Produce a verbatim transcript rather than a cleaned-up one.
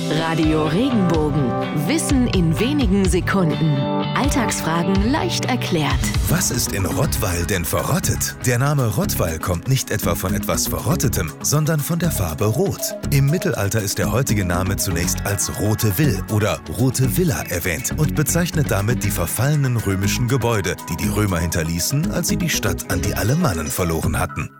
Radio Regenbogen. Wissen in wenigen Sekunden. Alltagsfragen leicht erklärt. Was ist in Rottweil denn verrottet? Der Name Rottweil kommt nicht etwa von etwas Verrottetem, sondern von der Farbe Rot. Im Mittelalter ist der heutige Name zunächst als Rote Vill oder Rote Villa erwähnt und bezeichnet damit die verfallenen römischen Gebäude, die die Römer hinterließen, als sie die Stadt an die Alemannen verloren hatten.